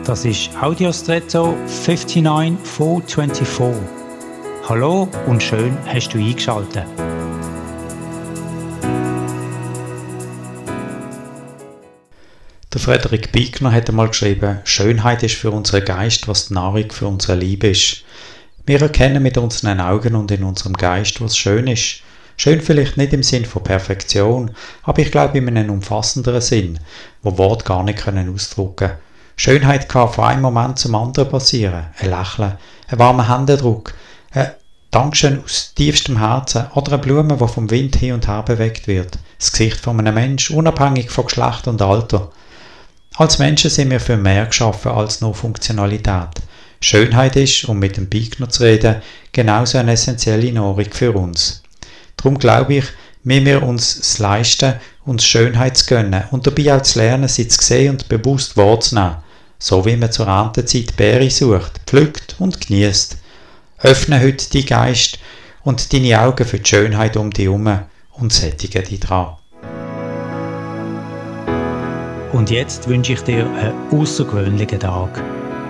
Das ist Audiostretto 59424. Hallo und schön hast du eingeschaltet. Der Frederik Buechner hat einmal geschrieben, Schönheit ist für unseren Geist, was die Nahrung für unsere Liebe ist. Wir erkennen mit unseren Augen und in unserem Geist, was schön ist. Schön vielleicht nicht im Sinn von Perfektion, aber ich glaube in einem umfassenderen Sinn, wo Worte gar nicht ausdrücken können. Schönheit kann von einem Moment zum anderen passieren. Ein Lächeln, ein warmer Händedruck, ein Dankeschön aus tiefstem Herzen oder eine Blume, die vom Wind hin und her bewegt wird. Das Gesicht von einem Menschen, unabhängig von Geschlecht und Alter. Als Menschen sind wir für mehr geschaffen als nur Funktionalität. Schönheit ist, um mit dem Buechner zu reden, genauso eine essentielle Nahrung für uns. Darum glaube ich, müssen wir uns es leisten, uns Schönheit zu gönnen und dabei auch zu lernen, sie zu sehen und bewusst wahrzunehmen. So wie man zur Erntezeit Beere sucht, pflückt und genießt. Öffne heute deinen Geist und deine Augen für die Schönheit um dich herum und sättige dich dran. Und jetzt wünsche ich dir einen außergewöhnlichen Tag.